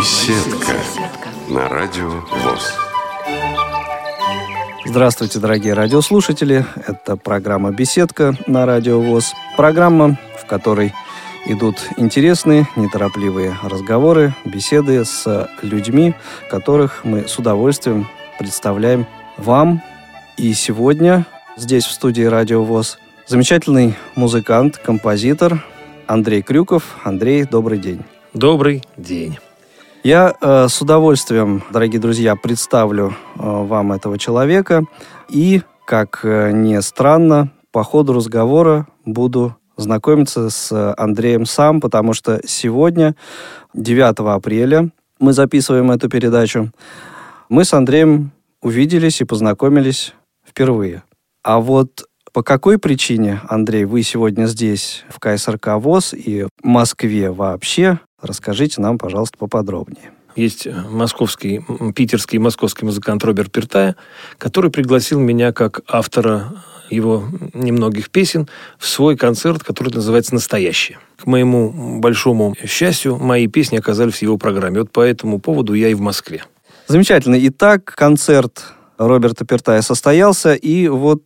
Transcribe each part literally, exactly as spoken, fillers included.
Беседка на радио ВОС. Здравствуйте, дорогие радиослушатели. Это программа «Беседка» на радио ВОС. Программа, в которой идут интересные, неторопливые разговоры, беседы с людьми, которых мы с удовольствием представляем вам. И сегодня здесь, в студии радио ВОС, замечательный музыкант, композитор Андрей Крюков. Андрей, добрый день. Добрый день. Я э, с удовольствием, дорогие друзья, представлю э, вам этого человека. И, как э, ни странно, по ходу разговора буду знакомиться с Андреем сам, потому что сегодня, девятого апреля, мы записываем эту передачу. Мы с Андреем увиделись и познакомились впервые. А вот по какой причине, Андрей, вы сегодня здесь, в ка эс эр ка ВОС и в Москве вообще, расскажите нам, пожалуйста, поподробнее. Есть московский, питерский и московский музыкант Роберт Пертая, который пригласил меня как автора его немногих песен в свой концерт, который называется «Настоящее». К моему большому счастью, мои песни оказались в его программе. Вот по этому поводу я и в Москве. Замечательно. Итак, концерт Роберта Пертая состоялся, и вот,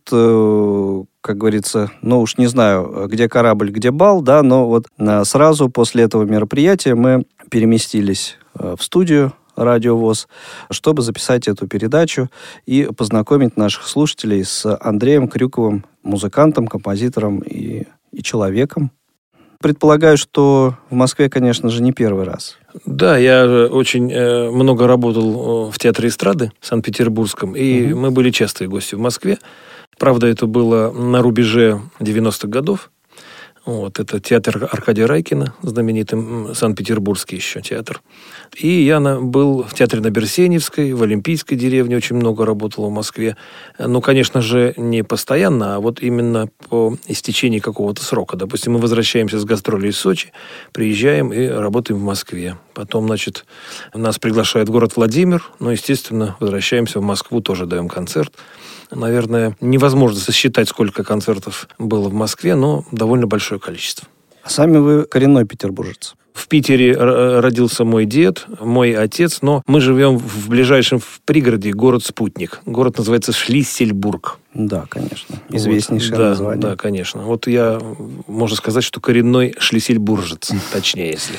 э, как говорится, ну уж не знаю, где корабль, где бал, да, но вот э, сразу после этого мероприятия мы переместились э, в студию радио ВОС, чтобы записать эту передачу и познакомить наших слушателей с Андреем Крюковым, музыкантом, композитором и, и человеком. Предполагаю, что в Москве, конечно же, не первый раз. Да, я очень э, много работал в театре эстрады в Санкт-Петербургском, и угу. мы были частые гости в Москве. Правда, это было на рубеже девяностых годов. Вот, это театр Аркадия Райкина, знаменитый санкт-петербургский еще театр. И я на, был в театре на Берсеневской, в Олимпийской деревне, очень много работал в Москве. Ну, конечно же, не постоянно, а вот именно по истечении какого-то срока. Допустим, мы возвращаемся с гастролей из Сочи, приезжаем и работаем в Москве. Потом, значит, нас приглашает город Владимир, ну, естественно, возвращаемся в Москву, тоже даем концерт. Наверное, невозможно сосчитать, сколько концертов было в Москве, но довольно большое количество. А сами вы коренной петербуржец? В Питере родился мой дед, мой отец, но мы живем в ближайшем в пригороде город-спутник. Город называется Шлиссельбург. Да, конечно. Известнейшее вот, да, название. Да, конечно. Вот я, можно сказать, что коренной шлиссельбуржец, точнее, если...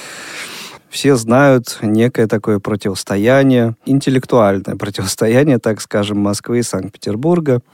Все знают некое такое противостояние, интеллектуальное противостояние, так скажем, Москвы и Санкт-Петербурга.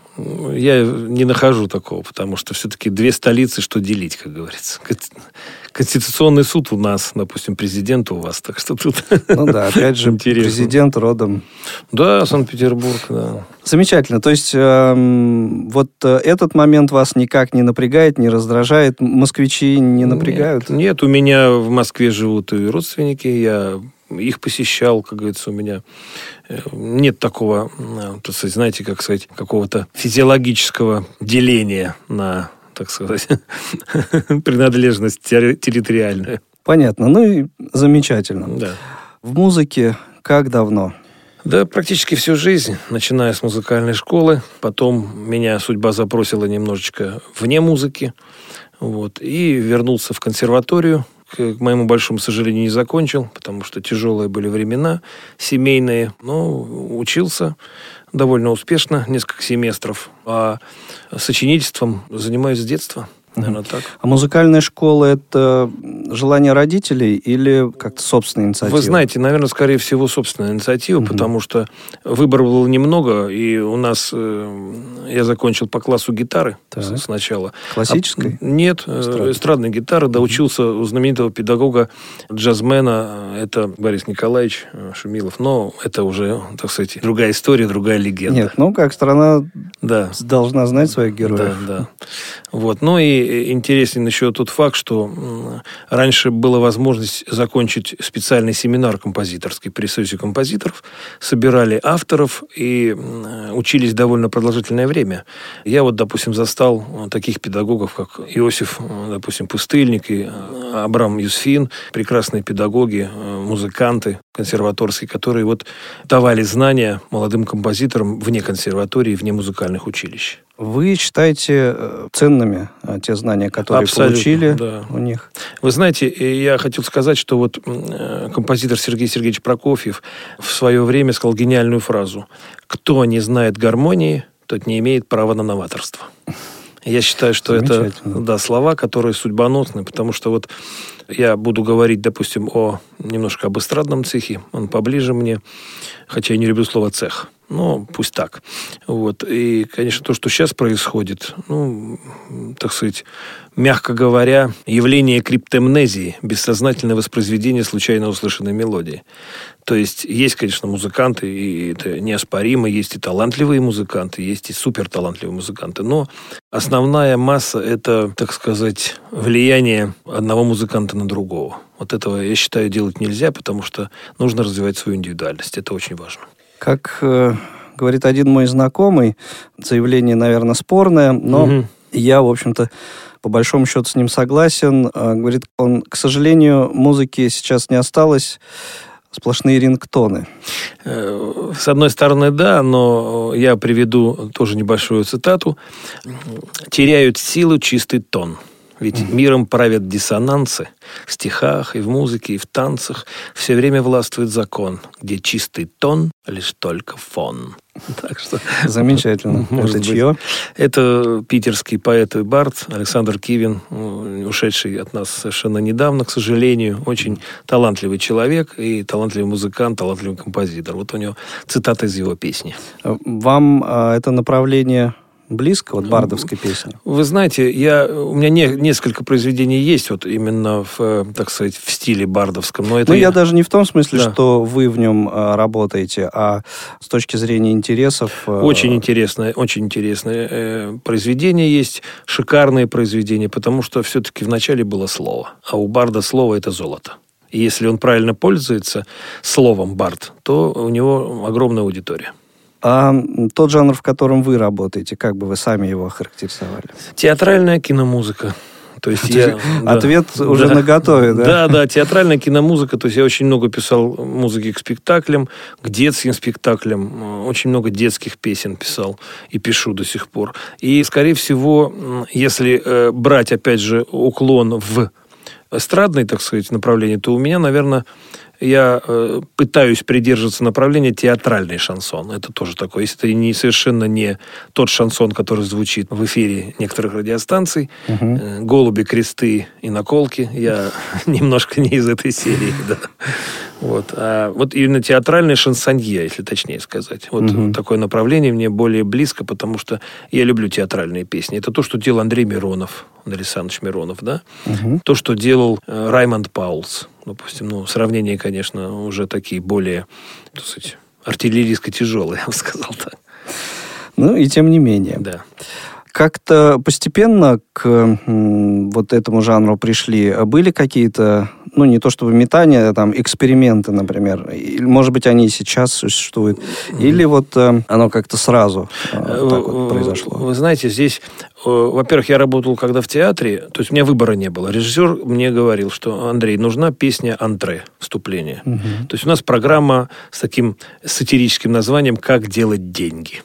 Я не нахожу такого, потому что все-таки две столицы, что делить, как говорится. Конституционный суд у нас, допустим, президент у вас, так что тут... Ну да, опять же, президент родом... Да, Санкт-Петербург, да. Замечательно. То есть, э, вот этот момент вас никак не напрягает, не раздражает? Москвичи не напрягают? Нет, нет, у меня в Москве живут и родственники, я их посещал, как говорится, у меня нет такого, знаете, как сказать, какого-то физиологического деления на, так сказать, принадлежность территориальную. Понятно. Ну и замечательно. Да. В музыке как давно? Да, практически всю жизнь, начиная с музыкальной школы. Потом меня судьба забросила немножечко вне музыки. Вот, и вернулся в консерваторию. К моему большому сожалению, не закончил, потому что тяжелые были времена, семейные. Но учился довольно успешно, несколько семестров. А сочинительством занимаюсь с детства. Наверное, так. А музыкальная школа – это желание родителей или как-то собственная инициатива? Вы знаете, наверное, скорее всего, собственная инициатива, угу. потому что выбора было немного, и у нас э, я закончил по классу гитары так. сначала. Классической? А, нет, эстрадной, эстрадной гитары. Доучился у знаменитого педагога, джазмена, это Борис Николаевич Шумилов. Но это уже, так сказать, другая история, другая легенда. Нет, ну как страна да. должна знать своих героев. Да, да. Вот. Ну и интересен еще тот факт, что раньше была возможность закончить специальный семинар композиторский при Союзе композиторов. Собирали авторов и учились довольно продолжительное время. Я вот, допустим, застал таких педагогов, как Иосиф, допустим, Пустыльник и Абрам Юсфин, прекрасные педагоги, музыканты консерваторские, которые вот давали знания молодым композиторам вне консерватории, вне музыкальных училищ. Вы считаете ценными те знания, которые Абсолютно, получили да. у них? Вы знаете, я хотел сказать, что вот композитор Сергей Сергеевич Прокофьев в свое время сказал гениальную фразу: «Кто не знает гармонии, тот не имеет права на новаторство». Я считаю, что это да, слова, которые судьбоносны, потому что вот я буду говорить, допустим, о немножко об эстрадном цехе, он поближе мне, хотя я не люблю слово «цех». Ну, пусть так. Вот. И, конечно, то, что сейчас происходит, ну, так сказать, мягко говоря, явление криптомнезии, бессознательное воспроизведение случайно услышанной мелодии. То есть, есть, конечно, музыканты, и это неоспоримо, есть и талантливые музыканты, есть и суперталантливые музыканты, но основная масса – это, так сказать, влияние одного музыканта на другого. Вот этого, я считаю, делать нельзя, потому что нужно развивать свою индивидуальность. Это очень важно. Как э, говорит один мой знакомый, заявление, наверное, спорное, но угу. я, в общем-то, по большому счету с ним согласен. Э, говорит, он, к сожалению, музыки сейчас не осталось, сплошные рингтоны. С одной стороны, да, но я приведу тоже небольшую цитату. «Теряют силу чистый тон. Ведь миром правят диссонансы. В стихах, и в музыке, и в танцах все время властвует закон, где чистый тон лишь только фон». Так что, замечательно. Это чье? Это питерский поэт и бард Александр Кивин, ушедший от нас совершенно недавно, к сожалению. Очень талантливый человек и талантливый музыкант, талантливый композитор. Вот у него цитата из его песни. Вам а, это направление близко, вот бардовской песни? Вы знаете, я, у меня не, несколько произведений есть вот именно в, так сказать, в стиле бардовском. Но это ну, я... я даже не в том смысле, да. что вы в нем а, работаете, а с точки зрения интересов... А... Очень интересное, очень интересное э, произведение есть, шикарные произведения, потому что все-таки вначале было слово, а у барда слово – это золото. И если он правильно пользуется словом бард, то у него огромная аудитория. А тот жанр, в котором вы работаете, как бы вы сами его охарактеризовали? Театральная киномузыка. То есть я, Ответ да, уже да, наготове, да? Да, да, театральная киномузыка. То есть я очень много писал музыки к спектаклям, к детским спектаклям. Очень много детских песен писал и пишу до сих пор. И, скорее всего, если э, брать, опять же, уклон в эстрадное, так сказать, направление, то у меня, наверное... Я э, пытаюсь придерживаться направления театральный шансон. Это тоже такое. Если это не, совершенно не тот шансон, который звучит в эфире некоторых радиостанций. Угу. Э, голуби, кресты и наколки. Я немножко не из этой серии. Да. Вот. А вот именно театральный шансонье, если точнее сказать. Вот угу. такое направление мне более близко, потому что я люблю театральные песни. Это то, что делал Андрей Миронов, Андрей Александрович Миронов, да? Угу. То, что делал э, Раймонд Паулс. Допустим, ну, сравнения, конечно, уже такие более, так сказать, артиллерийско-тяжелые, я бы сказал так. Ну, и тем не менее. Да. Как-то постепенно к м, вот этому жанру пришли. Были какие-то, ну, не то чтобы метания, там, эксперименты, например. Или, может быть, они и сейчас существуют. Или вот э, оно как-то сразу э, так вот произошло? Вы знаете, здесь, э, во-первых, я работал когда в театре, то есть у меня выбора не было. Режиссер мне говорил, что, Андрей, нужна песня антре, вступление. Угу. То есть у нас программа с таким сатирическим названием «Как делать деньги».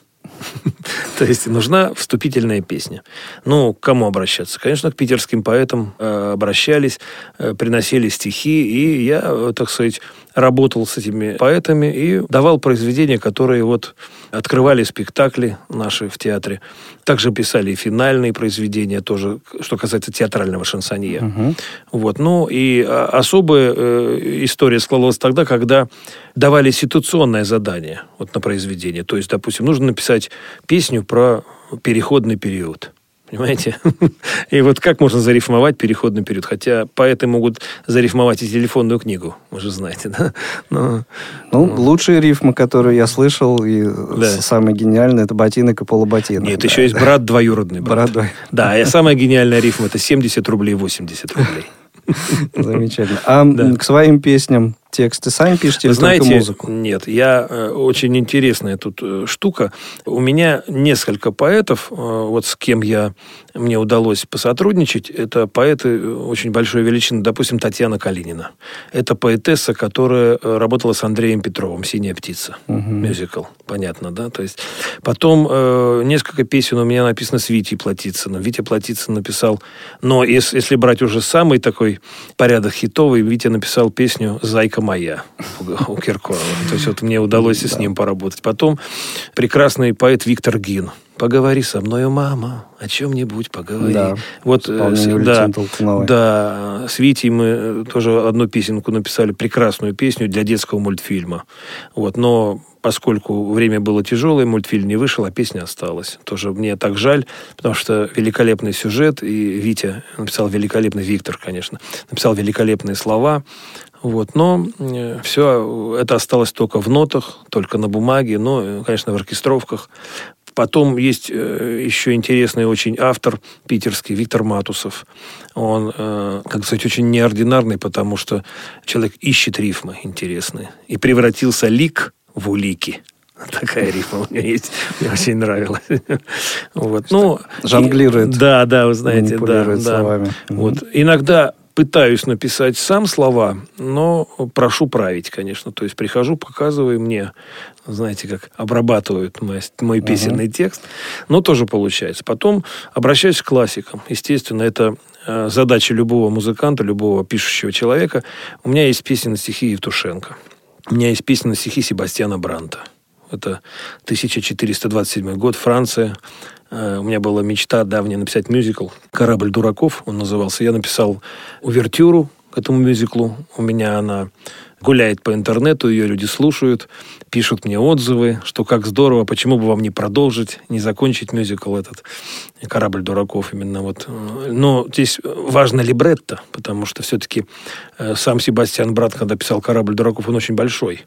То есть нужна вступительная песня. Ну, к кому обращаться? Конечно, к питерским поэтам э, обращались, э, приносили стихи, и я, э, так сказать, работал с этими поэтами и давал произведения, которые вот открывали спектакли наши в театре. Также писали и финальные произведения, тоже, что касается театрального шансонье. Uh-huh. Вот. Ну, и особая э, история складывалась тогда, когда давали ситуационное задание вот, на произведение. То есть, допустим, нужно написать песню про переходный период. Понимаете? И вот как можно зарифмовать переходный период? Хотя поэты могут зарифмовать и телефонную книгу, вы же знаете, да? Но, ну, но... лучшие рифмы, которые я слышал, и да. самые гениальные, это ботинок и полуботинок. Нет, да. еще есть брат двоюродный. Брат. брат да, и самая гениальная рифма – это семьдесят рублей, восемьдесят рублей. Замечательно. А да. к своим песням тексты сами пишете Вы или знаете, только музыку? Нет, я э, очень интересная тут э, штука. У меня несколько поэтов, э, вот с кем я, мне удалось посотрудничать, это поэты очень большой величины, допустим, Татьяна Калинина. Это поэтесса, которая работала с Андреем Петровым, «Синяя птица», угу. Мюзикл, понятно, да? То есть потом э, несколько песен у меня написано с Витей Платицыным. Витя Платицын написал, но если, если брать уже самый такой порядок хитовый, Витя написал песню «Зайка моя» у Киркорова. То есть вот мне удалось и с ним поработать. Потом прекрасный поэт Виктор Гин. «Поговори со мною, мама, о чем-нибудь поговори». Да, вот, да, да, с Витей мы тоже одну песенку написали, прекрасную песню для детского мультфильма. Вот, но поскольку время было тяжелое, мультфильм не вышел, а песня осталась. Тоже мне так жаль, потому что великолепный сюжет, и Витя написал великолепный, Виктор, конечно, написал великолепные слова. Вот, но э, все это осталось только в нотах, только на бумаге, но, конечно, в оркестровках. Потом есть э, еще интересный очень автор питерский, Виктор Матусов. Он, э, как сказать, очень неординарный, потому что человек ищет рифмы интересные. И превратился лик в улики. Такая рифма у меня есть. Мне очень нравилась. Вот. Ну, жонглирует. И, да, да, вы знаете. Манипулирует да, словами. Да. Вот. Иногда пытаюсь написать сам слова, но прошу править, конечно. То есть прихожу, показываю мне, знаете, как обрабатывают мой, мой песенный uh-huh. текст. Но тоже получается. Потом обращаюсь к классикам. Естественно, это э, задача любого музыканта, любого пишущего человека. У меня есть песенные стихи Евтушенко. У меня есть песенные стихи Себастьяна Бранта. Это тысяча четыреста двадцать седьмой год, Франция. У меня была мечта давняя написать мюзикл «Корабль дураков», он назывался. Я написал увертюру к этому мюзиклу. У меня она гуляет по интернету, ее люди слушают, пишут мне отзывы, что как здорово, почему бы вам не продолжить, не закончить мюзикл этот «Корабль дураков» именно вот. Но здесь важно либретто, потому что все-таки сам Себастьян Брант, когда писал «Корабль дураков», он очень большой.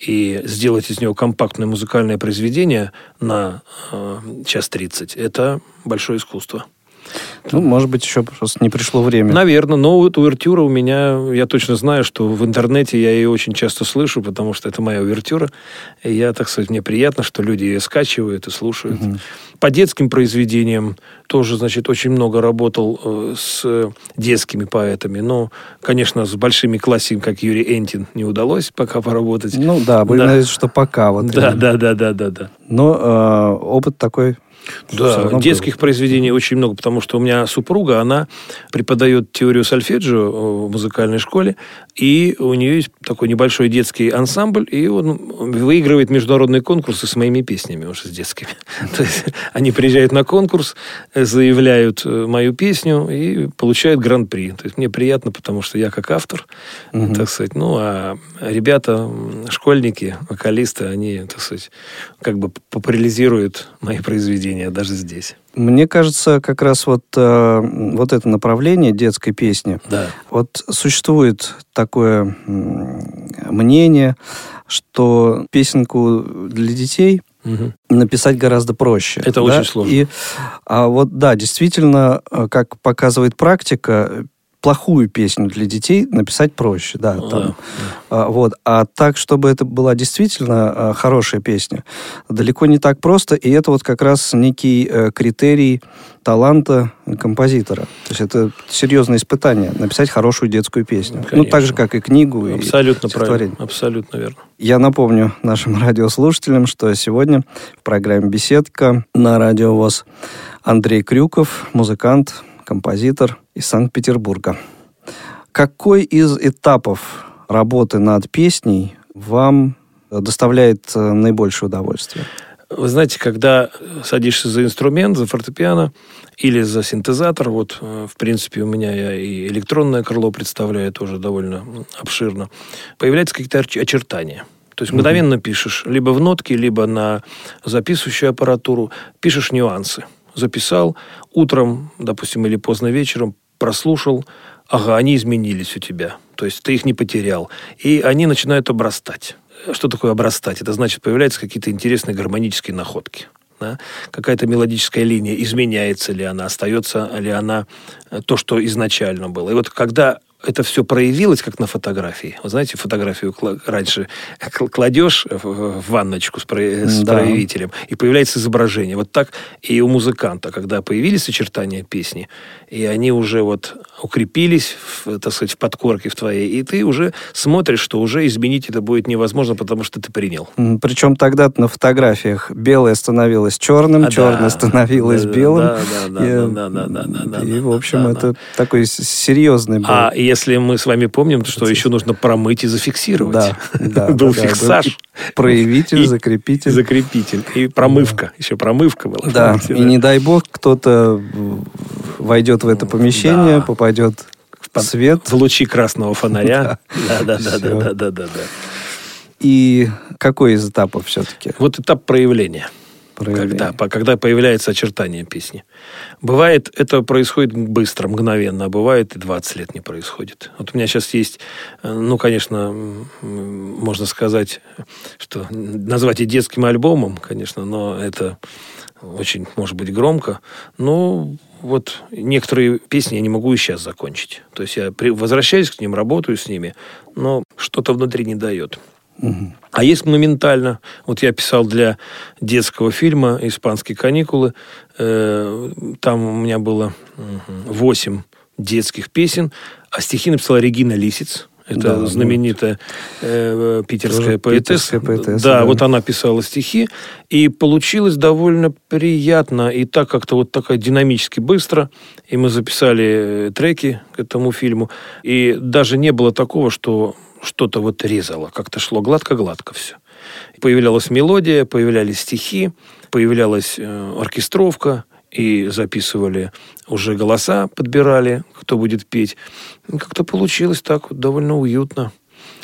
И сделать из него компактное музыкальное произведение на э, час тридцать – это большое искусство. Ну, может быть, еще просто не пришло время. Наверное, но вот увертюра у меня, я точно знаю, что в интернете я ее очень часто слышу, потому что это моя увертюра. И я, так сказать, мне приятно, что люди ее скачивают и слушают. Угу. По детским произведениям тоже, значит, очень много работал э, с детскими поэтами. Но, конечно, с большими классиками, как Юрий Энтин, не удалось пока поработать. Ну да, будем да. надеяться, что пока. Вот да, да, да, да, да, да. Но э, опыт такой... Да, детских произведений очень много, потому что у меня супруга, она преподает теорию сольфеджио в музыкальной школе, и у нее есть такой небольшой детский ансамбль, и он выигрывает международные конкурсы с моими песнями уже, с детскими. То есть они приезжают на конкурс, заявляют мою песню и получают гран-при. То есть мне приятно, потому что я как автор, угу. так сказать, ну, а ребята, школьники, вокалисты, они, так сказать, как бы популяризируют мои произведения даже здесь. Мне кажется, как раз вот, э, вот это направление детской песни, да. вот существует такое мнение, что песенку для детей угу. написать гораздо проще. Это да? очень сложно. И, а вот, да, действительно, как показывает практика, плохую песню для детей написать проще, да, там, да. А, вот. А так, чтобы это была действительно а, хорошая песня, далеко не так просто, и это вот как раз некий а, критерий таланта композитора. То есть это серьезное испытание, написать хорошую детскую песню. Конечно. Ну, так же, как и книгу. Абсолютно и правильно, абсолютно верно. Я напомню нашим радиослушателям, что сегодня в программе «Беседка» на Радио ВОС Андрей Крюков, музыкант, композитор из Санкт-Петербурга. Какой из этапов работы над песней вам доставляет наибольшее удовольствие? Вы знаете, когда садишься за инструмент, за фортепиано или за синтезатор, вот, в принципе, у меня я и электронное крыло представляю тоже довольно обширно, появляются какие-то очертания. То есть мгновенно mm-hmm. пишешь либо в нотке, либо на записывающую аппаратуру, пишешь нюансы. Записал утром, допустим, или поздно вечером, прослушал, ага, они изменились у тебя. То есть ты их не потерял. И они начинают обрастать. Что такое обрастать? Это значит, появляются какие-то интересные гармонические находки. Да? Какая-то мелодическая линия, изменяется ли она, остается ли она то, что изначально было. И вот когда это все проявилось, как на фотографии. Вы знаете, фотографию раньше кладешь в ванночку с, про... с да. проявителем, и появляется изображение. Вот так и у музыканта, когда появились очертания песни, и они уже вот укрепились, в, так сказать, в подкорке в твоей, и ты уже смотришь, что уже изменить это будет невозможно, потому что ты принял. Причем тогда на фотографиях белое становилось черным, а, черное да, становилось да, белым. Да, да, да, и, да, да, да, да, да, и, в общем, да, это да. такой серьезный был. А если мы с вами помним, что еще нужно промыть и зафиксировать. Да, да, был да, фиксаж. Да, проявитель, и, закрепитель. Закрепитель. И промывка. Да. Еще промывка была. Да, помните, и да? Не дай бог кто-то войдет в это помещение, да. попадет в свет. В лучи красного фонаря. Да-да-да. И какой из этапов все-таки? Вот этап проявления. Когда, когда появляется очертание песни. Бывает, это происходит быстро, мгновенно, а бывает и двадцать лет не происходит. Вот у меня сейчас есть, ну, конечно, можно сказать, что назвать и детским альбомом, конечно, но это очень, может быть, громко. Но вот некоторые песни я не могу и сейчас закончить. То есть я возвращаюсь к ним, работаю с ними, но что-то внутри не дает. Угу. А есть моментально. Вот я писал для детского фильма «Испанские каникулы». Там у меня было восемь детских песен, а стихи написала Регина Лисиц. Это да, знаменитая э, питерская поэтесса. поэтесса. Да, да, вот она писала стихи. И получилось довольно приятно. И так как-то вот такая динамически быстро. И мы записали треки к этому фильму. И даже не было такого, что что-то вот резало. Как-то шло гладко-гладко все. Появлялась мелодия, появлялись стихи, появлялась э, оркестровка. И записывали уже голоса, подбирали, кто будет петь. И как-то получилось так вот довольно уютно.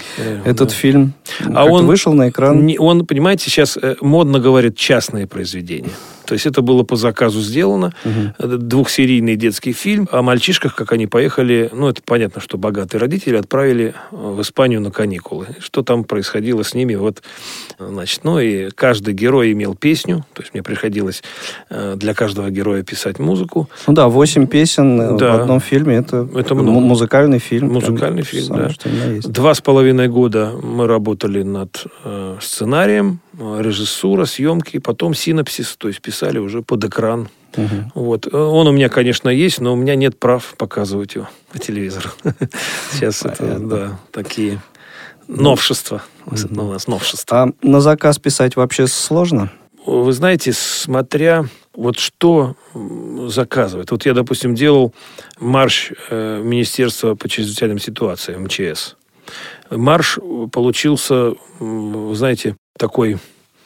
Этот да. фильм а он вышел на экран? Он, понимаете, сейчас модно говорит частные произведения. То есть это было по заказу сделано. Угу. Двухсерийный детский фильм о мальчишках, как они поехали. Ну, это понятно, что богатые родители отправили в Испанию на каникулы. Что там происходило с ними? Вот, значит, ну и каждый герой имел песню. То есть мне приходилось для каждого героя писать музыку. Ну да, восемь песен да. в одном фильме. Это, это музыкальный фильм. Музыкальный фильм, самое, да. Что у меня есть. Два с половиной года мы работали над э, сценарием, режиссура, съемки, и потом синопсис, то есть писали уже под экран. Угу. Вот. Он у меня, конечно, есть, но у меня нет прав показывать его по телевизору. Сейчас это, да, такие новшества. У нас новшества. А на заказ писать вообще сложно? Вы знаете, смотря вот что заказывает. Вот я, допустим, делал марш э, Министерства по чрезвычайным ситуациям, эм че эс. Марш получился, вы знаете, такой,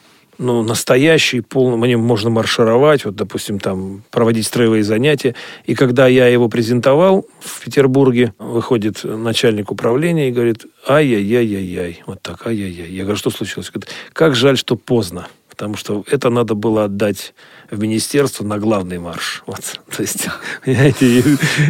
ну, настоящий, полный, на нем можно маршировать, вот, допустим, там, проводить строевые занятия. И когда я его презентовал в Петербурге, выходит начальник управления и говорит: ай-яй-яй-яй-яй. Вот так, ай-яй-яй. Я говорю: что случилось? Говорит: как жаль, что поздно. Потому что это надо было отдать в министерство на главный марш. Вот. То есть, понимаете, и,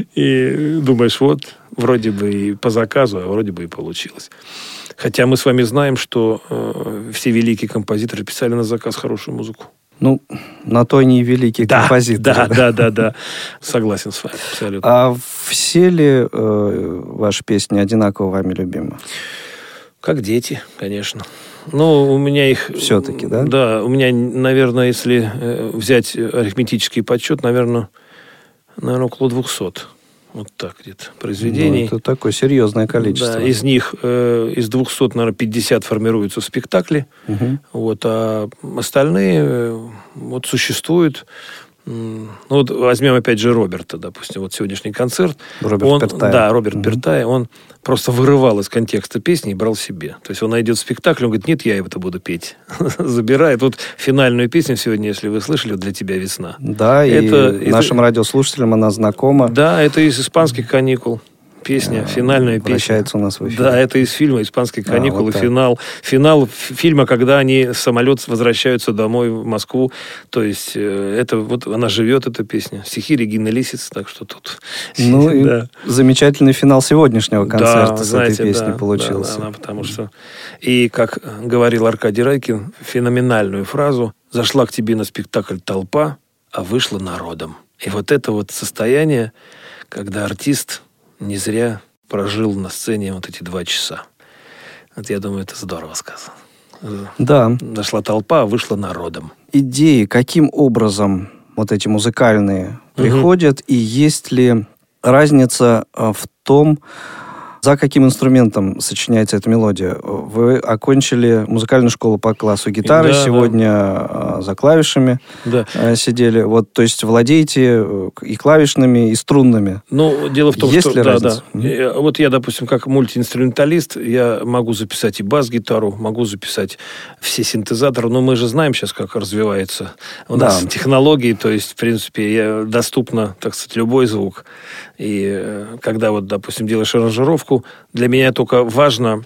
и думаешь, вот, вроде бы и по заказу, а вроде бы и получилось. Хотя мы с вами знаем, что э, все великие композиторы писали на заказ хорошую музыку. Ну, на то они и великие да, композиторы. Да, да, да, да. Согласен с вами абсолютно. А все ли э, ваши песни одинаково вами любимы? Как дети, конечно. Ну, у меня их... Все-таки, да? Да, у меня, наверное, если взять арифметический подсчет, наверное, наверное, около двухсот. Вот так где-то произведений. Ну, это такое серьезное количество. Да, из них, э, из двухсот, наверное, пятьдесят формируются в спектакле. Угу. Вот, а остальные э, вот существуют. Ну, вот возьмем опять же Роберта, допустим, вот сегодняшний концерт. Роберт он, Пертай. Да, Роберт угу. Пертай, он просто вырывал из контекста песни и брал себе. То есть он найдет спектакль, он говорит: нет, я это буду петь. Забирает. Вот финальную песню сегодня, если вы слышали, «Для тебя весна». Да, это, и нашим это, радиослушателям она знакома. Да, это из «Испанских каникул». Песня, финальная песня. Вращается у нас в эфире. Да, это из фильма «Испанские каникулы». А, вот финал, финал фильма, когда они с самолета возвращаются домой в Москву. То есть, это вот она живет, эта песня. Стихи Регины Лисиц, так что тут... Ну, и да. замечательный финал сегодняшнего концерта да, с знаете, этой песней да, получился. Да, да, потому что... И, как говорил Аркадий Райкин, феноменальную фразу: «Зашла к тебе на спектакль толпа, а вышла народом». И вот это вот состояние, когда артист... не зря прожил на сцене вот эти два часа. Вот я думаю, это здорово сказано. Да. Нашла толпа, вышла народом. Идеи, каким образом вот эти музыкальные угу. приходят, и есть ли разница в том, за каким инструментом сочиняется эта мелодия? Вы окончили музыкальную школу по классу гитары, да, сегодня да. за клавишами да. сидели. Вот, то есть владеете и клавишными, и струнными. Ну, дело в том, есть что... Ли да, разница? да. Mm-hmm. Вот я, допустим, как мультиинструменталист, я могу записать и бас-гитару, могу записать все синтезаторы, но мы же знаем сейчас, как развивается у да. нас технологии, то есть, в принципе, доступно, так сказать, любой звук. И когда вот, допустим, делаешь аранжировку, для меня только важно,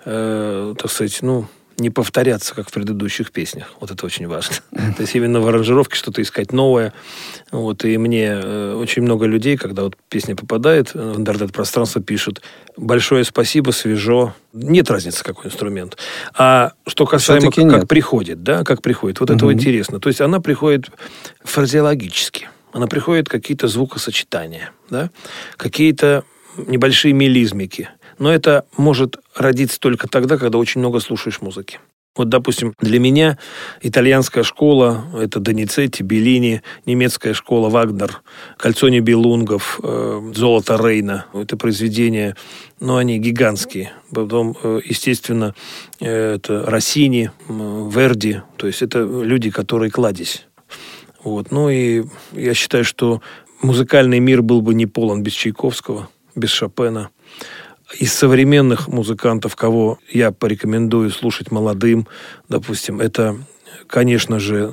э, так сказать, ну, не повторяться, как в предыдущих песнях. Вот это очень важно. То есть именно в аранжировке что-то искать новое. Вот, и мне э, очень много людей, когда вот песня попадает в интернет-пространство, пишут: большое спасибо, свежо. Нет разницы, какой инструмент. А что касаемо, как, как приходит, да, как приходит, вот угу. это интересно. То есть она приходит фразеологически. Она приходит какие-то звукосочетания, да, какие-то небольшие мелизмики. Но это может родиться только тогда, когда очень много слушаешь музыки. Вот, допустим, для меня итальянская школа – это Доницетти, Беллини, немецкая школа Вагнер, Кольцо Нибелунгов, э, Золото Рейна. Это произведения, ну, они гигантские. Потом, э, естественно, э, это Россини, э, Верди. То есть это люди, которые кладезь. Вот. Ну и я считаю, что музыкальный мир был бы не полон без Чайковского, без Шопена. Из современных музыкантов, кого я порекомендую слушать молодым, допустим, это, конечно же,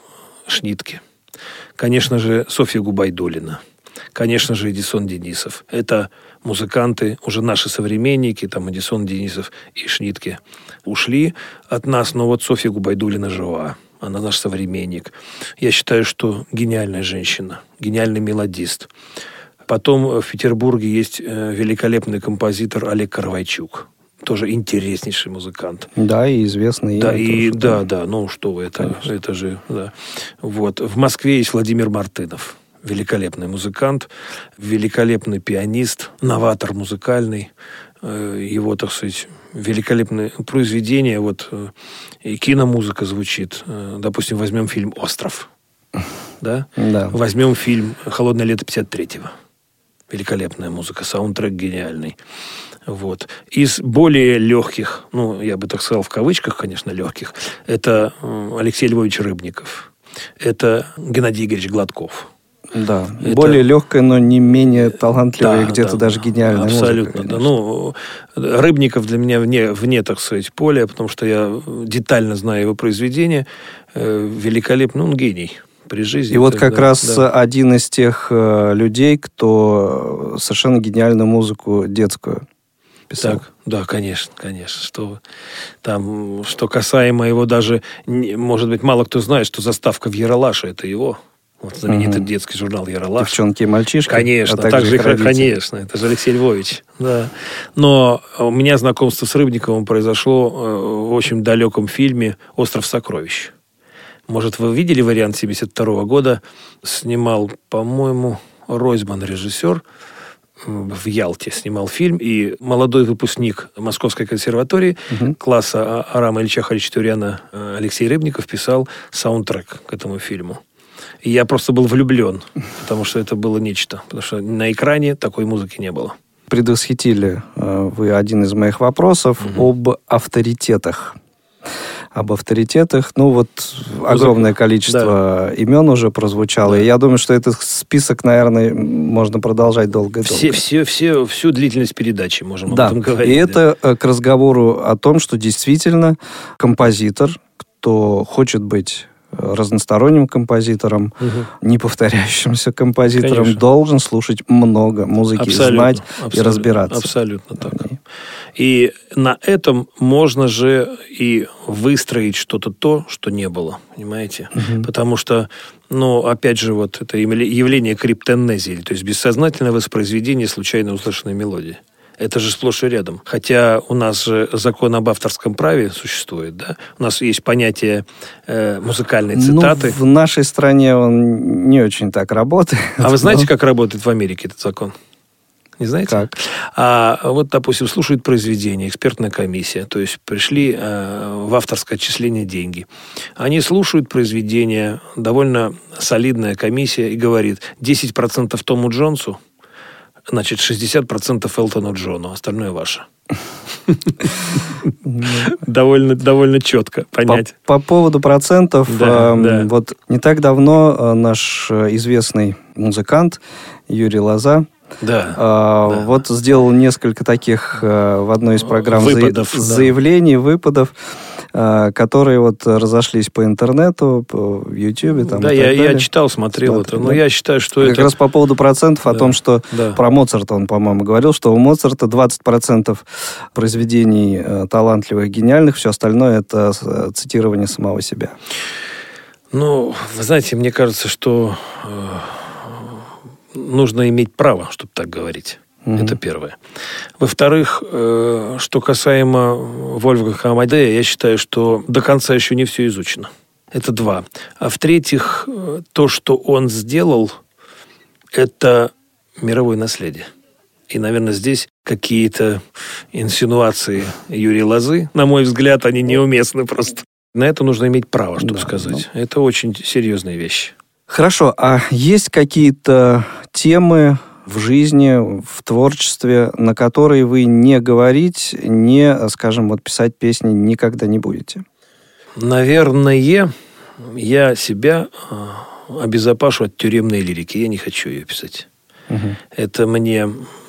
Шнитке, конечно же, Софья Губайдуллина, конечно же, Эдисон Денисов. Это музыканты, уже наши современники, там Эдисон Денисов и Шнитке ушли от нас, но вот Софья Губайдуллина жива. Она наш современник. Я считаю, что гениальная женщина, гениальный мелодист. Потом в Петербурге есть великолепный композитор Олег Каравайчук. Тоже интереснейший музыкант. Да, и известный. Да, и, тоже, да, да, да, ну что вы, это, это же, да. Вот. В Москве есть Владимир Мартынов. Великолепный музыкант, великолепный пианист, новатор музыкальный. Его, так сказать, великолепные произведения. Вот и киномузыка звучит. Допустим, возьмем фильм «Остров». Да? Да. Возьмем фильм «Холодное лето пятьдесят третьего». Великолепная музыка, саундтрек гениальный. Вот. Из более легких, ну, я бы так сказал, в кавычках, конечно, легких, это Алексей Львович Рыбников. Это Геннадий Игоревич Гладков. Да, это... более легкая, но не менее талантливая, да, где-то да, даже гениальная абсолютно, музыка. Да. Ну, Рыбников для меня вне, вне, так сказать, поля, потому что я детально знаю его произведения. Великолепный, он гений. При жизни. И вот как да, раз да. один из тех э, людей, кто совершенно гениальную музыку детскую писал. Так, да, конечно, конечно. Что, там, что касаемо его даже, может быть, мало кто знает, что заставка в Ералаше – это его. Вот знаменитый угу. детский журнал «Яралаш». «Девчонки и мальчишки». Конечно, а также, также конечно, это же Алексей Львович. Да. Но у меня знакомство с Рыбниковым произошло в очень далеком фильме «Остров сокровищ». Может, вы видели вариант семьдесят второго года? Снимал, по-моему, Ройзман, режиссер, в Ялте снимал фильм. И молодой выпускник Московской консерватории угу. класса Арама Ильича Хачатуряна Алексей Рыбников писал саундтрек к этому фильму. И я просто был влюблен, потому что это было нечто. Потому что на экране такой музыки не было. Предвосхитили вы один из моих вопросов угу. об авторитетах. Об авторитетах. Ну, вот огромное количество да. имен уже прозвучало. Да. И я думаю, что этот список, наверное, можно продолжать долго. Все, все, все, всю длительность передачи можем да. об этом говорить. И да. это к разговору о том, что действительно композитор, кто хочет быть разносторонним композитором, угу. не повторяющимся композитором, конечно. Должен слушать много музыки, абсолютно, знать абсолютно, и разбираться. Абсолютно так. И на этом можно же и выстроить что-то то, что не было, понимаете? Угу. Потому что, ну, опять же, вот это явление криптонезии, то есть бессознательное воспроизведение случайно услышанной мелодии. Это же сплошь и рядом. Хотя у нас же закон об авторском праве существует, да? У нас есть понятие э, музыкальной цитаты. Ну, в нашей стране он не очень так работает. А вы знаете, как работает в Америке этот закон? Не знаете? Как? А вот, допустим, слушают произведение, экспертная комиссия, то есть пришли э, в авторское отчисление деньги. Они слушают произведение, довольно солидная комиссия, и говорит, десять процентов Тому Джонсу, значит, шестьдесят процентов Элтону Джону, остальное ваше. Довольно, довольно четко понять. По, по поводу процентов, да, э, да. вот не так давно э, наш известный музыкант Юрий Лоза Да, э, да. вот сделал несколько таких э, в одной из программ Выпадов, за, да. заявлений, выпадов, э, которые вот разошлись по интернету, по в Ютьюбе. Там, да, и я, так далее. я читал, смотрел Смотри, это, но да. я считаю, что Как это... раз по поводу процентов, о Да, том, что да. про Моцарта он, по-моему, говорил, что у Моцарта двадцать процентов произведений э, талантливых, гениальных, все остальное это э, цитирование самого себя. Ну, вы знаете, мне кажется, что э, нужно иметь право, чтобы так говорить. Угу. Это первое. Во-вторых, э, что касаемо Вольфганга Амадея, я считаю, что до конца еще не все изучено. Это два. А в-третьих, э, то, что он сделал, это мировое наследие. И, наверное, здесь какие-то инсинуации Юрия Лозы, на мой взгляд, они неуместны просто. На это нужно иметь право, чтобы да, сказать. ну. Это очень серьезная вещь. Хорошо, а есть какие-то темы в жизни, в творчестве, на которые вы не говорить, не, скажем, вот писать песни никогда не будете? Наверное, я себя обезопашу от тюремной лирики. Я не хочу ее писать. Угу. Это мне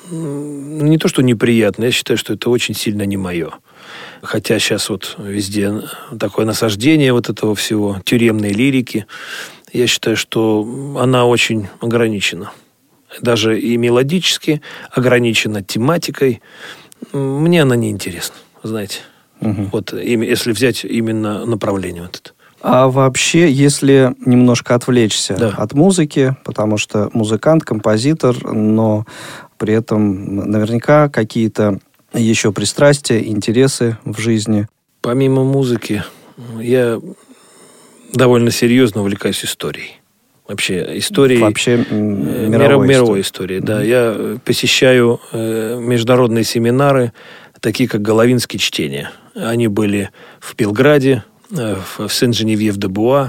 не то, что неприятно, я считаю, что это очень сильно не мое. Хотя сейчас вот везде такое насаждение вот этого всего, тюремной лирики. Я считаю, что она очень ограничена. Даже и мелодически ограничена тематикой. Мне она не интересна, знаете. Угу. Вот если взять именно направление вот это. А вообще, если немножко отвлечься да. от музыки, потому что музыкант, композитор, но при этом наверняка какие-то еще пристрастия, интересы в жизни. Помимо музыки, я довольно серьезно увлекаюсь историей. Вообще историей. Вообще мировой, мировой историей. Да. Mm-hmm. Я посещаю э, международные семинары, такие как Головинские чтения. Они были в Белграде, э, в Сен-Женевьев-де-Буа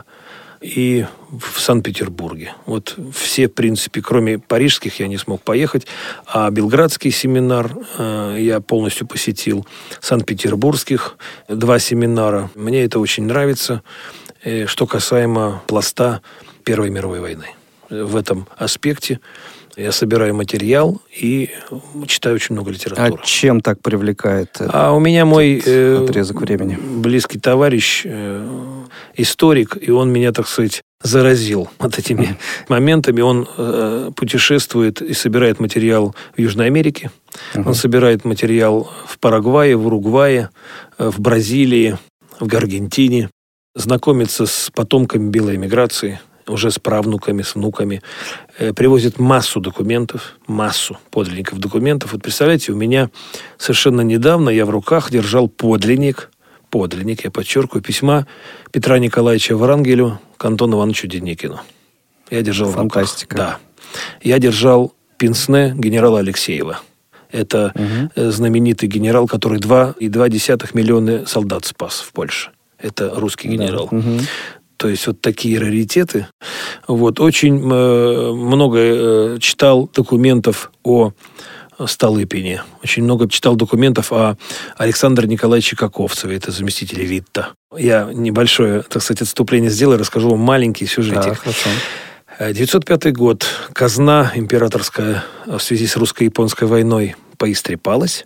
и в Санкт-Петербурге. Вот все, в принципе, кроме парижских, я не смог поехать. А белградский семинар э, я полностью посетил. Санкт-Петербургских два семинара. Мне это очень нравится. Э, что касаемо пласта Первой мировой войны. В этом аспекте я собираю материал и читаю очень много литературы. А чем так привлекает А у меня мой э, отрезок времени? Близкий товарищ, э, историк, и он меня, так сказать, заразил вот этими mm-hmm. моментами. Он э, путешествует и собирает материал в Южной Америке. Mm-hmm. Он собирает материал в Парагвае, в Уругвае, э, в Бразилии, в Аргентине. Знакомится с потомками белой эмиграции, уже с правнуками, с внуками, э, привозит массу документов, массу подлинников документов. Вот представляете, у меня совершенно недавно я в руках держал подлинник, подлинник, я подчеркиваю, письма Петра Николаевича Врангелю к Антону Ивановичу Деникину. Я держал Фантастика. в руках. Да. Я держал пенсне генерала Алексеева. Это угу. знаменитый генерал, который два и два десятых миллиона солдат спас в Польше. Это русский генерал. Да. Угу. То есть вот такие раритеты. Вот. Очень э, много э, читал документов о Столыпине. Очень много читал документов о Александре Николаевиче Каковцеве. Это заместитель Витта. Я небольшое, так сказать, отступление сделаю. Расскажу вам маленький сюжетик. Да, хорошо. девятьсот пятый год. Казна императорская в связи с русско-японской войной поистрепалась.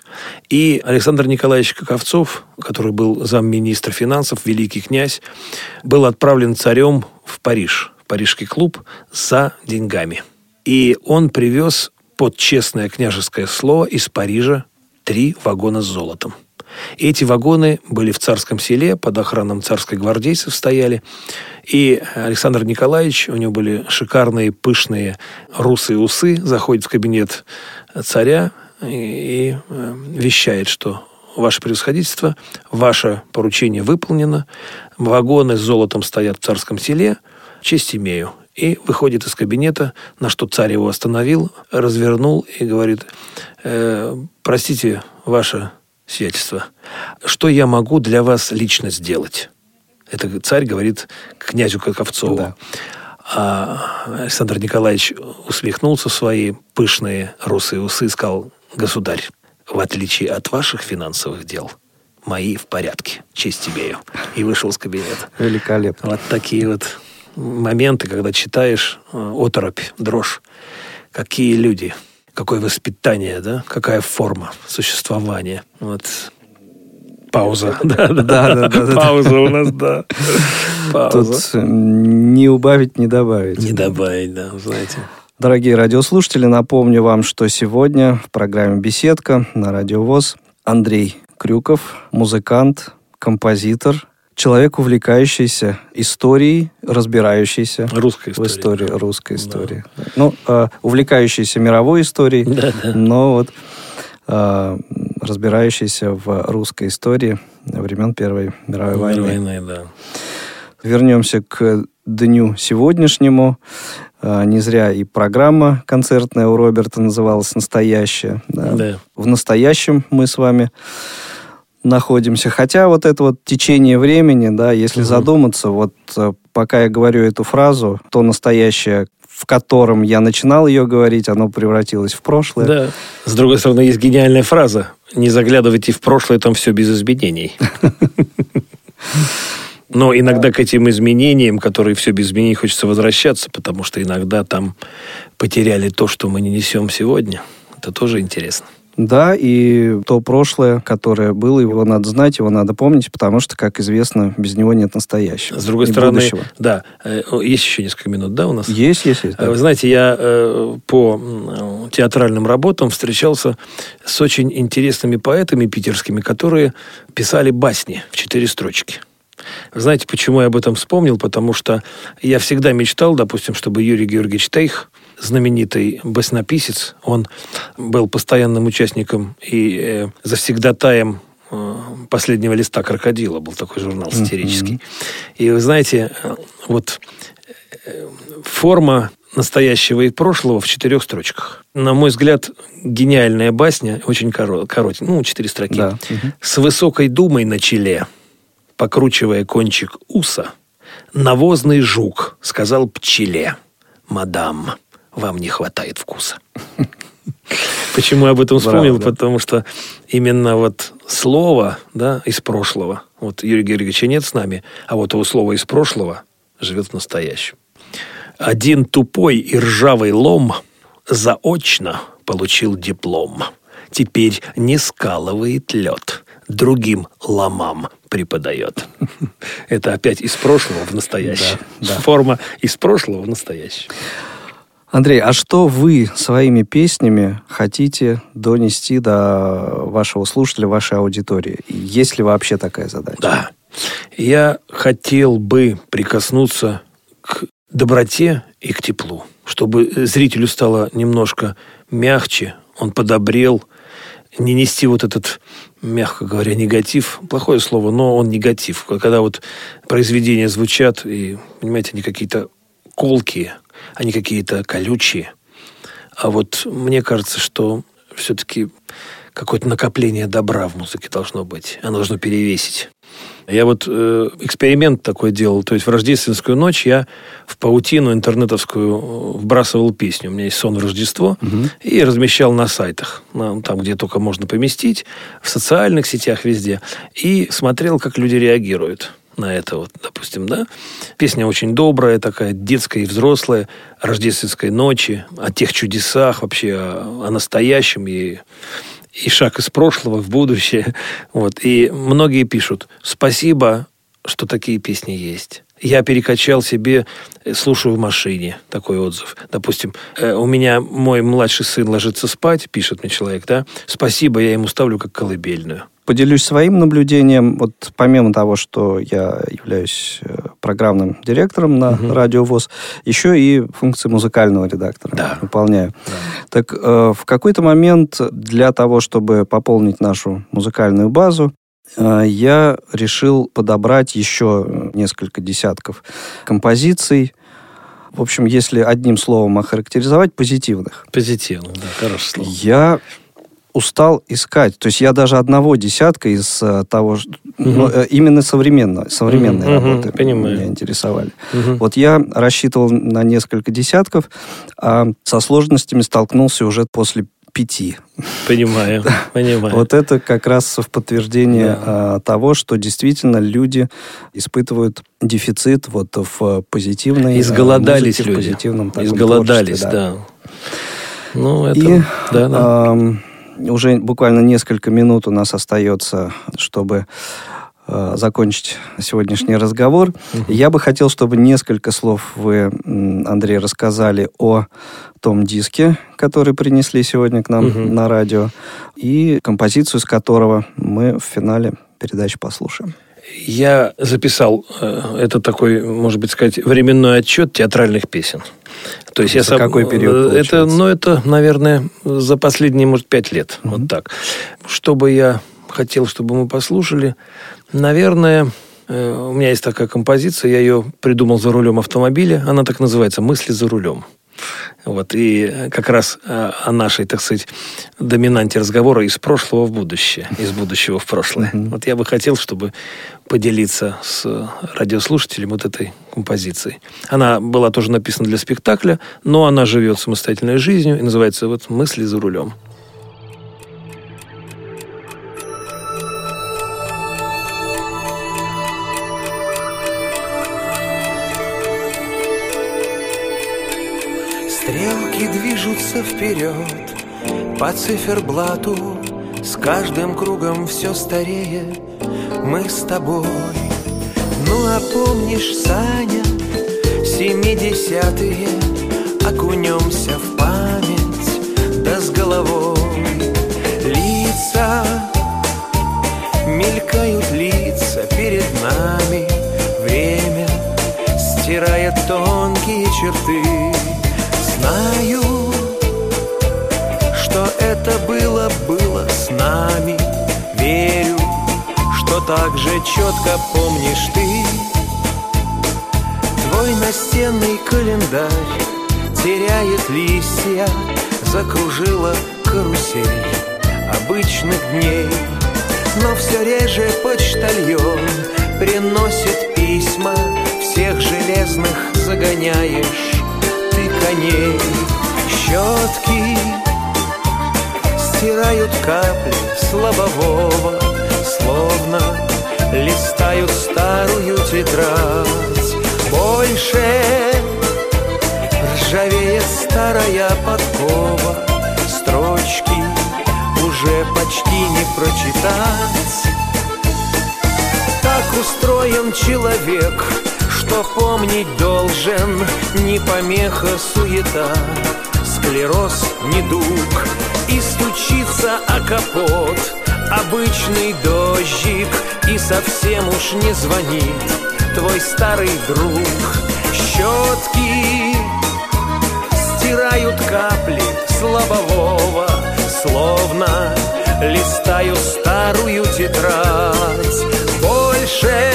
И Александр Николаевич Каковцов, который был замминистра финансов, великий князь, был отправлен царем в Париж, в парижский клуб за деньгами. И он привез под честное княжеское слово из Парижа три вагона с золотом. И эти вагоны были в Царском селе, под охраном царской гвардейцев стояли. И Александр Николаевич, у него были шикарные, пышные русые усы, заходит в кабинет царя и вещает, что ваше превосходительство, ваше поручение выполнено, вагоны с золотом стоят в Царском селе, честь имею. И выходит из кабинета, на что царь его остановил, развернул и говорит: э, простите, ваше сиятельство, что я могу для вас лично сделать? Это царь говорит князю Каковцову. Да. А Александр Николаевич усмехнулся в свои пышные русые усы и сказал: государь, в отличие от ваших финансовых дел, мои в порядке, честь имею. И вышел из кабинета. Великолепно. Вот такие вот моменты, когда читаешь, оторопь, дрожь. Какие люди, какое воспитание, да? Какая форма существования. Вот. Пауза. Да, да, да, да. Пауза у нас, да. Тут не убавить, не добавить. Не добавить, да, знаете. Дорогие радиослушатели, напомню вам, что сегодня в программе «Беседка» на Радио ВОС Андрей Крюков, музыкант, композитор, человек, увлекающийся историей, разбирающийся русской в истории, да. русской истории. Да. Ну, э, увлекающийся мировой историей, да, да. но вот э, разбирающийся в русской истории времен Первой мировой войны. войны да. Вернемся к дню сегодняшнему. Э, не зря и программа концертная у Роберта называлась «Настоящая». Да. Да. В настоящем мы с вами находимся. Хотя вот это вот течение времени, да, если угу. задуматься, вот пока я говорю эту фразу, то настоящее, в котором я начинал ее говорить, оно превратилось в прошлое. Да. С другой стороны, есть гениальная фраза: не заглядывайте в прошлое, там все без изменений. Но иногда к этим изменениям, которые все без изменений, хочется возвращаться, потому что иногда там потеряли то, что мы не несем сегодня. Это тоже интересно. Да, и то прошлое, которое было, его надо знать, его надо помнить, потому что, как известно, без него нет настоящего. С другой стороны, будущего. Да, есть еще несколько минут, да, у нас? Есть, есть, есть. Да. Вы знаете, я по театральным работам встречался с очень интересными поэтами питерскими, которые писали басни в четыре строчки. Вы знаете, почему я об этом вспомнил? Потому что я всегда мечтал, допустим, чтобы Юрий Георгиевич Тейх, знаменитый баснописец, он был постоянным участником и э, завсегдатаем э, «Последнего листа крокодила», был такой журнал сатирический. Mm-hmm. И вы знаете, вот э, форма настоящего и прошлого в четырех строчках. На мой взгляд, гениальная басня, очень коротенькая, ну, четыре строки. Да. Mm-hmm. «С высокой думой на челе, покручивая кончик уса, навозный жук сказал пчеле: мадам, вам не хватает вкуса». Почему я об этом вспомнил? Браво, да. Потому что именно вот слово, да, из прошлого. Вот Юрия Георгиевича нет с нами, а вот его слово из прошлого живет в настоящем. Один тупой и ржавый лом заочно получил диплом. Теперь не скалывает лед, другим ломам преподает. Это опять из прошлого в настоящее. Да, да. Форма из прошлого в настоящее. Андрей, а что вы своими песнями хотите донести до вашего слушателя, вашей аудитории? Есть ли вообще такая задача? Да. Я хотел бы прикоснуться к доброте и к теплу, чтобы зрителю стало немножко мягче, он подобрел, не нести вот этот, мягко говоря, негатив. Плохое слово, но он негатив. Когда вот произведения звучат, и, понимаете, они какие-то колкие, они какие-то колючие. А вот мне кажется, что все-таки какое-то накопление добра в музыке должно быть. Оно должно перевесить. Я вот э, эксперимент такой делал. То есть в рождественскую ночь я в паутину интернетовскую вбрасывал песню. У меня есть «Сон в Рождество». Угу. И размещал на сайтах. На, там, где только можно поместить. В социальных сетях, везде. И смотрел, как люди реагируют на это. Вот, допустим, да. Песня очень добрая, такая детская и взрослая. Рождественской ночи. О тех чудесах вообще. О, о настоящем. И... И шаг из прошлого в будущее. Вот. И многие пишут: спасибо, что такие песни есть. Я перекачал себе, слушаю в машине, такой отзыв. Допустим, у меня мой младший сын ложится спать, пишет мне человек, да, спасибо, я ему ставлю как колыбельную. Поделюсь своим наблюдением. Вот помимо того, что я являюсь программным директором на угу. Радио ВОС, еще и функции музыкального редактора да. выполняю. Да. Так э, в какой-то момент для того, чтобы пополнить нашу музыкальную базу, э, я решил подобрать еще несколько десятков композиций, в общем, если одним словом охарактеризовать, позитивных. Позитивных, да, хорошее слово. Я устал искать. То есть я даже одного десятка из uh, того, угу. ну, именно современно, современные угу, работы понимаю. Меня интересовали. Угу. Вот я рассчитывал на несколько десятков, а со сложностями столкнулся уже после пяти. Понимаю, понимаю. Вот это как раз в подтверждение да. а, того, что действительно люди испытывают дефицит вот в позитивной Изголодались музыке, люди. в позитивном таком Изголодались, да. да. Ну, это... И да, да. А, уже буквально несколько минут у нас остается, чтобы э, закончить сегодняшний разговор. Uh-huh. Я бы хотел, чтобы несколько слов вы, Андрей, рассказали о том диске, который принесли сегодня к нам uh-huh. на радио, и композицию, с которого мы в финале передачи послушаем. Я записал, э, это такой, может быть, сказать, временной отчет театральных песен. То есть за я сам, какой период это, ну, это, наверное, за последние, может, пять лет. Mm-hmm. Вот так. Что бы я хотел, чтобы мы послушали? Наверное, э, у меня есть такая композиция, я ее придумал за рулем автомобиля. Она так называется «Мысли за рулем». Вот, и как раз о нашей, так сказать, доминанте разговора из прошлого в будущее, из будущего в прошлое. Mm-hmm. Вот я бы хотел, чтобы поделиться с радиослушателем вот этой композицией. Она была тоже написана для спектакля, но она живет самостоятельной жизнью и называется вот «Мысли за рулем». Стрелки движутся вперед по циферблату, с каждым кругом все старее мы с тобой. Ну а помнишь, Саня, семидесятые, окунемся в память, да с головой. Лица, мелькают лица перед нами, время стирает тонкие черты. Знаю, что это было, было с нами. Верю, что так же четко помнишь ты. Твой настенный календарь теряет листья, закружила карусель обычных дней. Но все реже почтальон приносит письма, всех железных загоняешь коней. Щетки стирают капли с лобового, словно листают старую тетрадь. Больше ржавеет старая подкова, строчки уже почти не прочитать. Так устроен человек, что помнить должен, не помеха, суета, склероз, недуг. И стучится о капот обычный дождик, и совсем уж не звонит твой старый друг. Щетки стирают капли с лобового, словно листаю старую тетрадь. Больше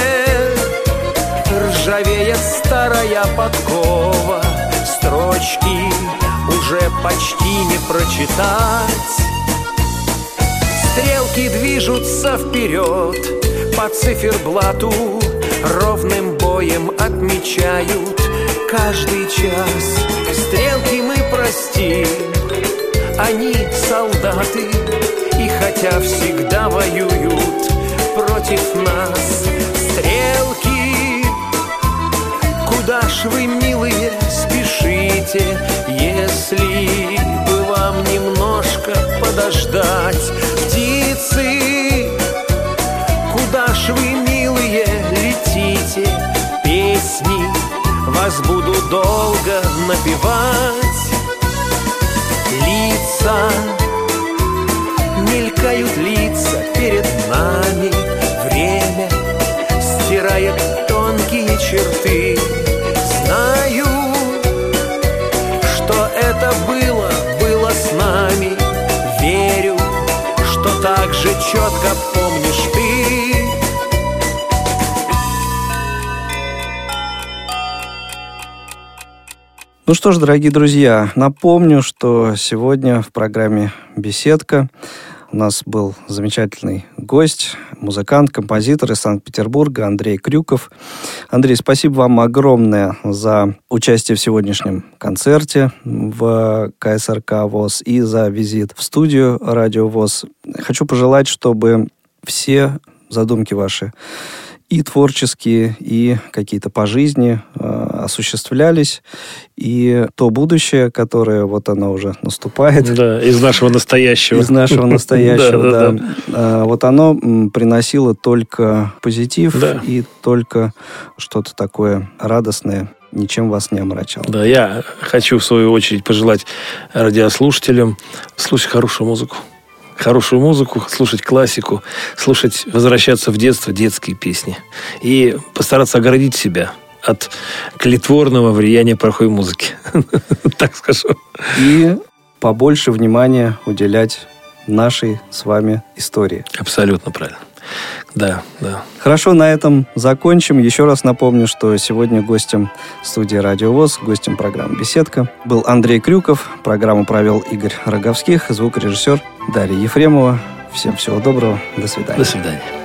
ржавеет старая подкова, строчки уже почти не прочитать. Стрелки движутся вперед по циферблату, ровным боем отмечают каждый час. Стрелки мы простим, они солдаты, и хотя всегда воюют против нас. Стрелки, куда ж вы, милые, спешите, если бы вам немножко подождать? Птицы, куда ж вы, милые, летите? Песни вас буду долго напевать. Лица, мелькают лица перед нами, время стирает тонкие черты. Знаю, что это было, было с нами. Верю, что так же четко помнишь ты. Ну что ж, дорогие друзья, напомню, что сегодня в программе «Беседка» у нас был замечательный гость, музыкант, композитор из Санкт-Петербурга Андрей Крюков. Андрей, спасибо вам огромное за участие в сегодняшнем концерте в ка эс эр ка ВОС и за визит в студию Радио ВОС. Хочу пожелать, чтобы все задумки ваши и творческие, и какие-то по жизни э, осуществлялись. И то будущее, которое вот оно уже наступает. Да, из нашего настоящего. Из нашего настоящего, да. Вот оно приносило только позитив и только что-то такое радостное, ничем вас не омрачало. Да, я хочу, в свою очередь, пожелать радиослушателям слушать хорошую музыку. Хорошую музыку, слушать классику, слушать, возвращаться в детство, детские песни. И постараться оградить себя от тлетворного влияния плохой музыки. Так скажу. И побольше внимания уделять нашей с вами истории. Абсолютно правильно. Да, да. Хорошо, на этом закончим. Еще раз напомню, что сегодня гостем студии Радио ВОС, гостем программы «Беседка» был Андрей Крюков. Программу провел Игорь Роговских, звукорежиссер Дарья Ефремова. Всем всего доброго. До свидания. До свидания.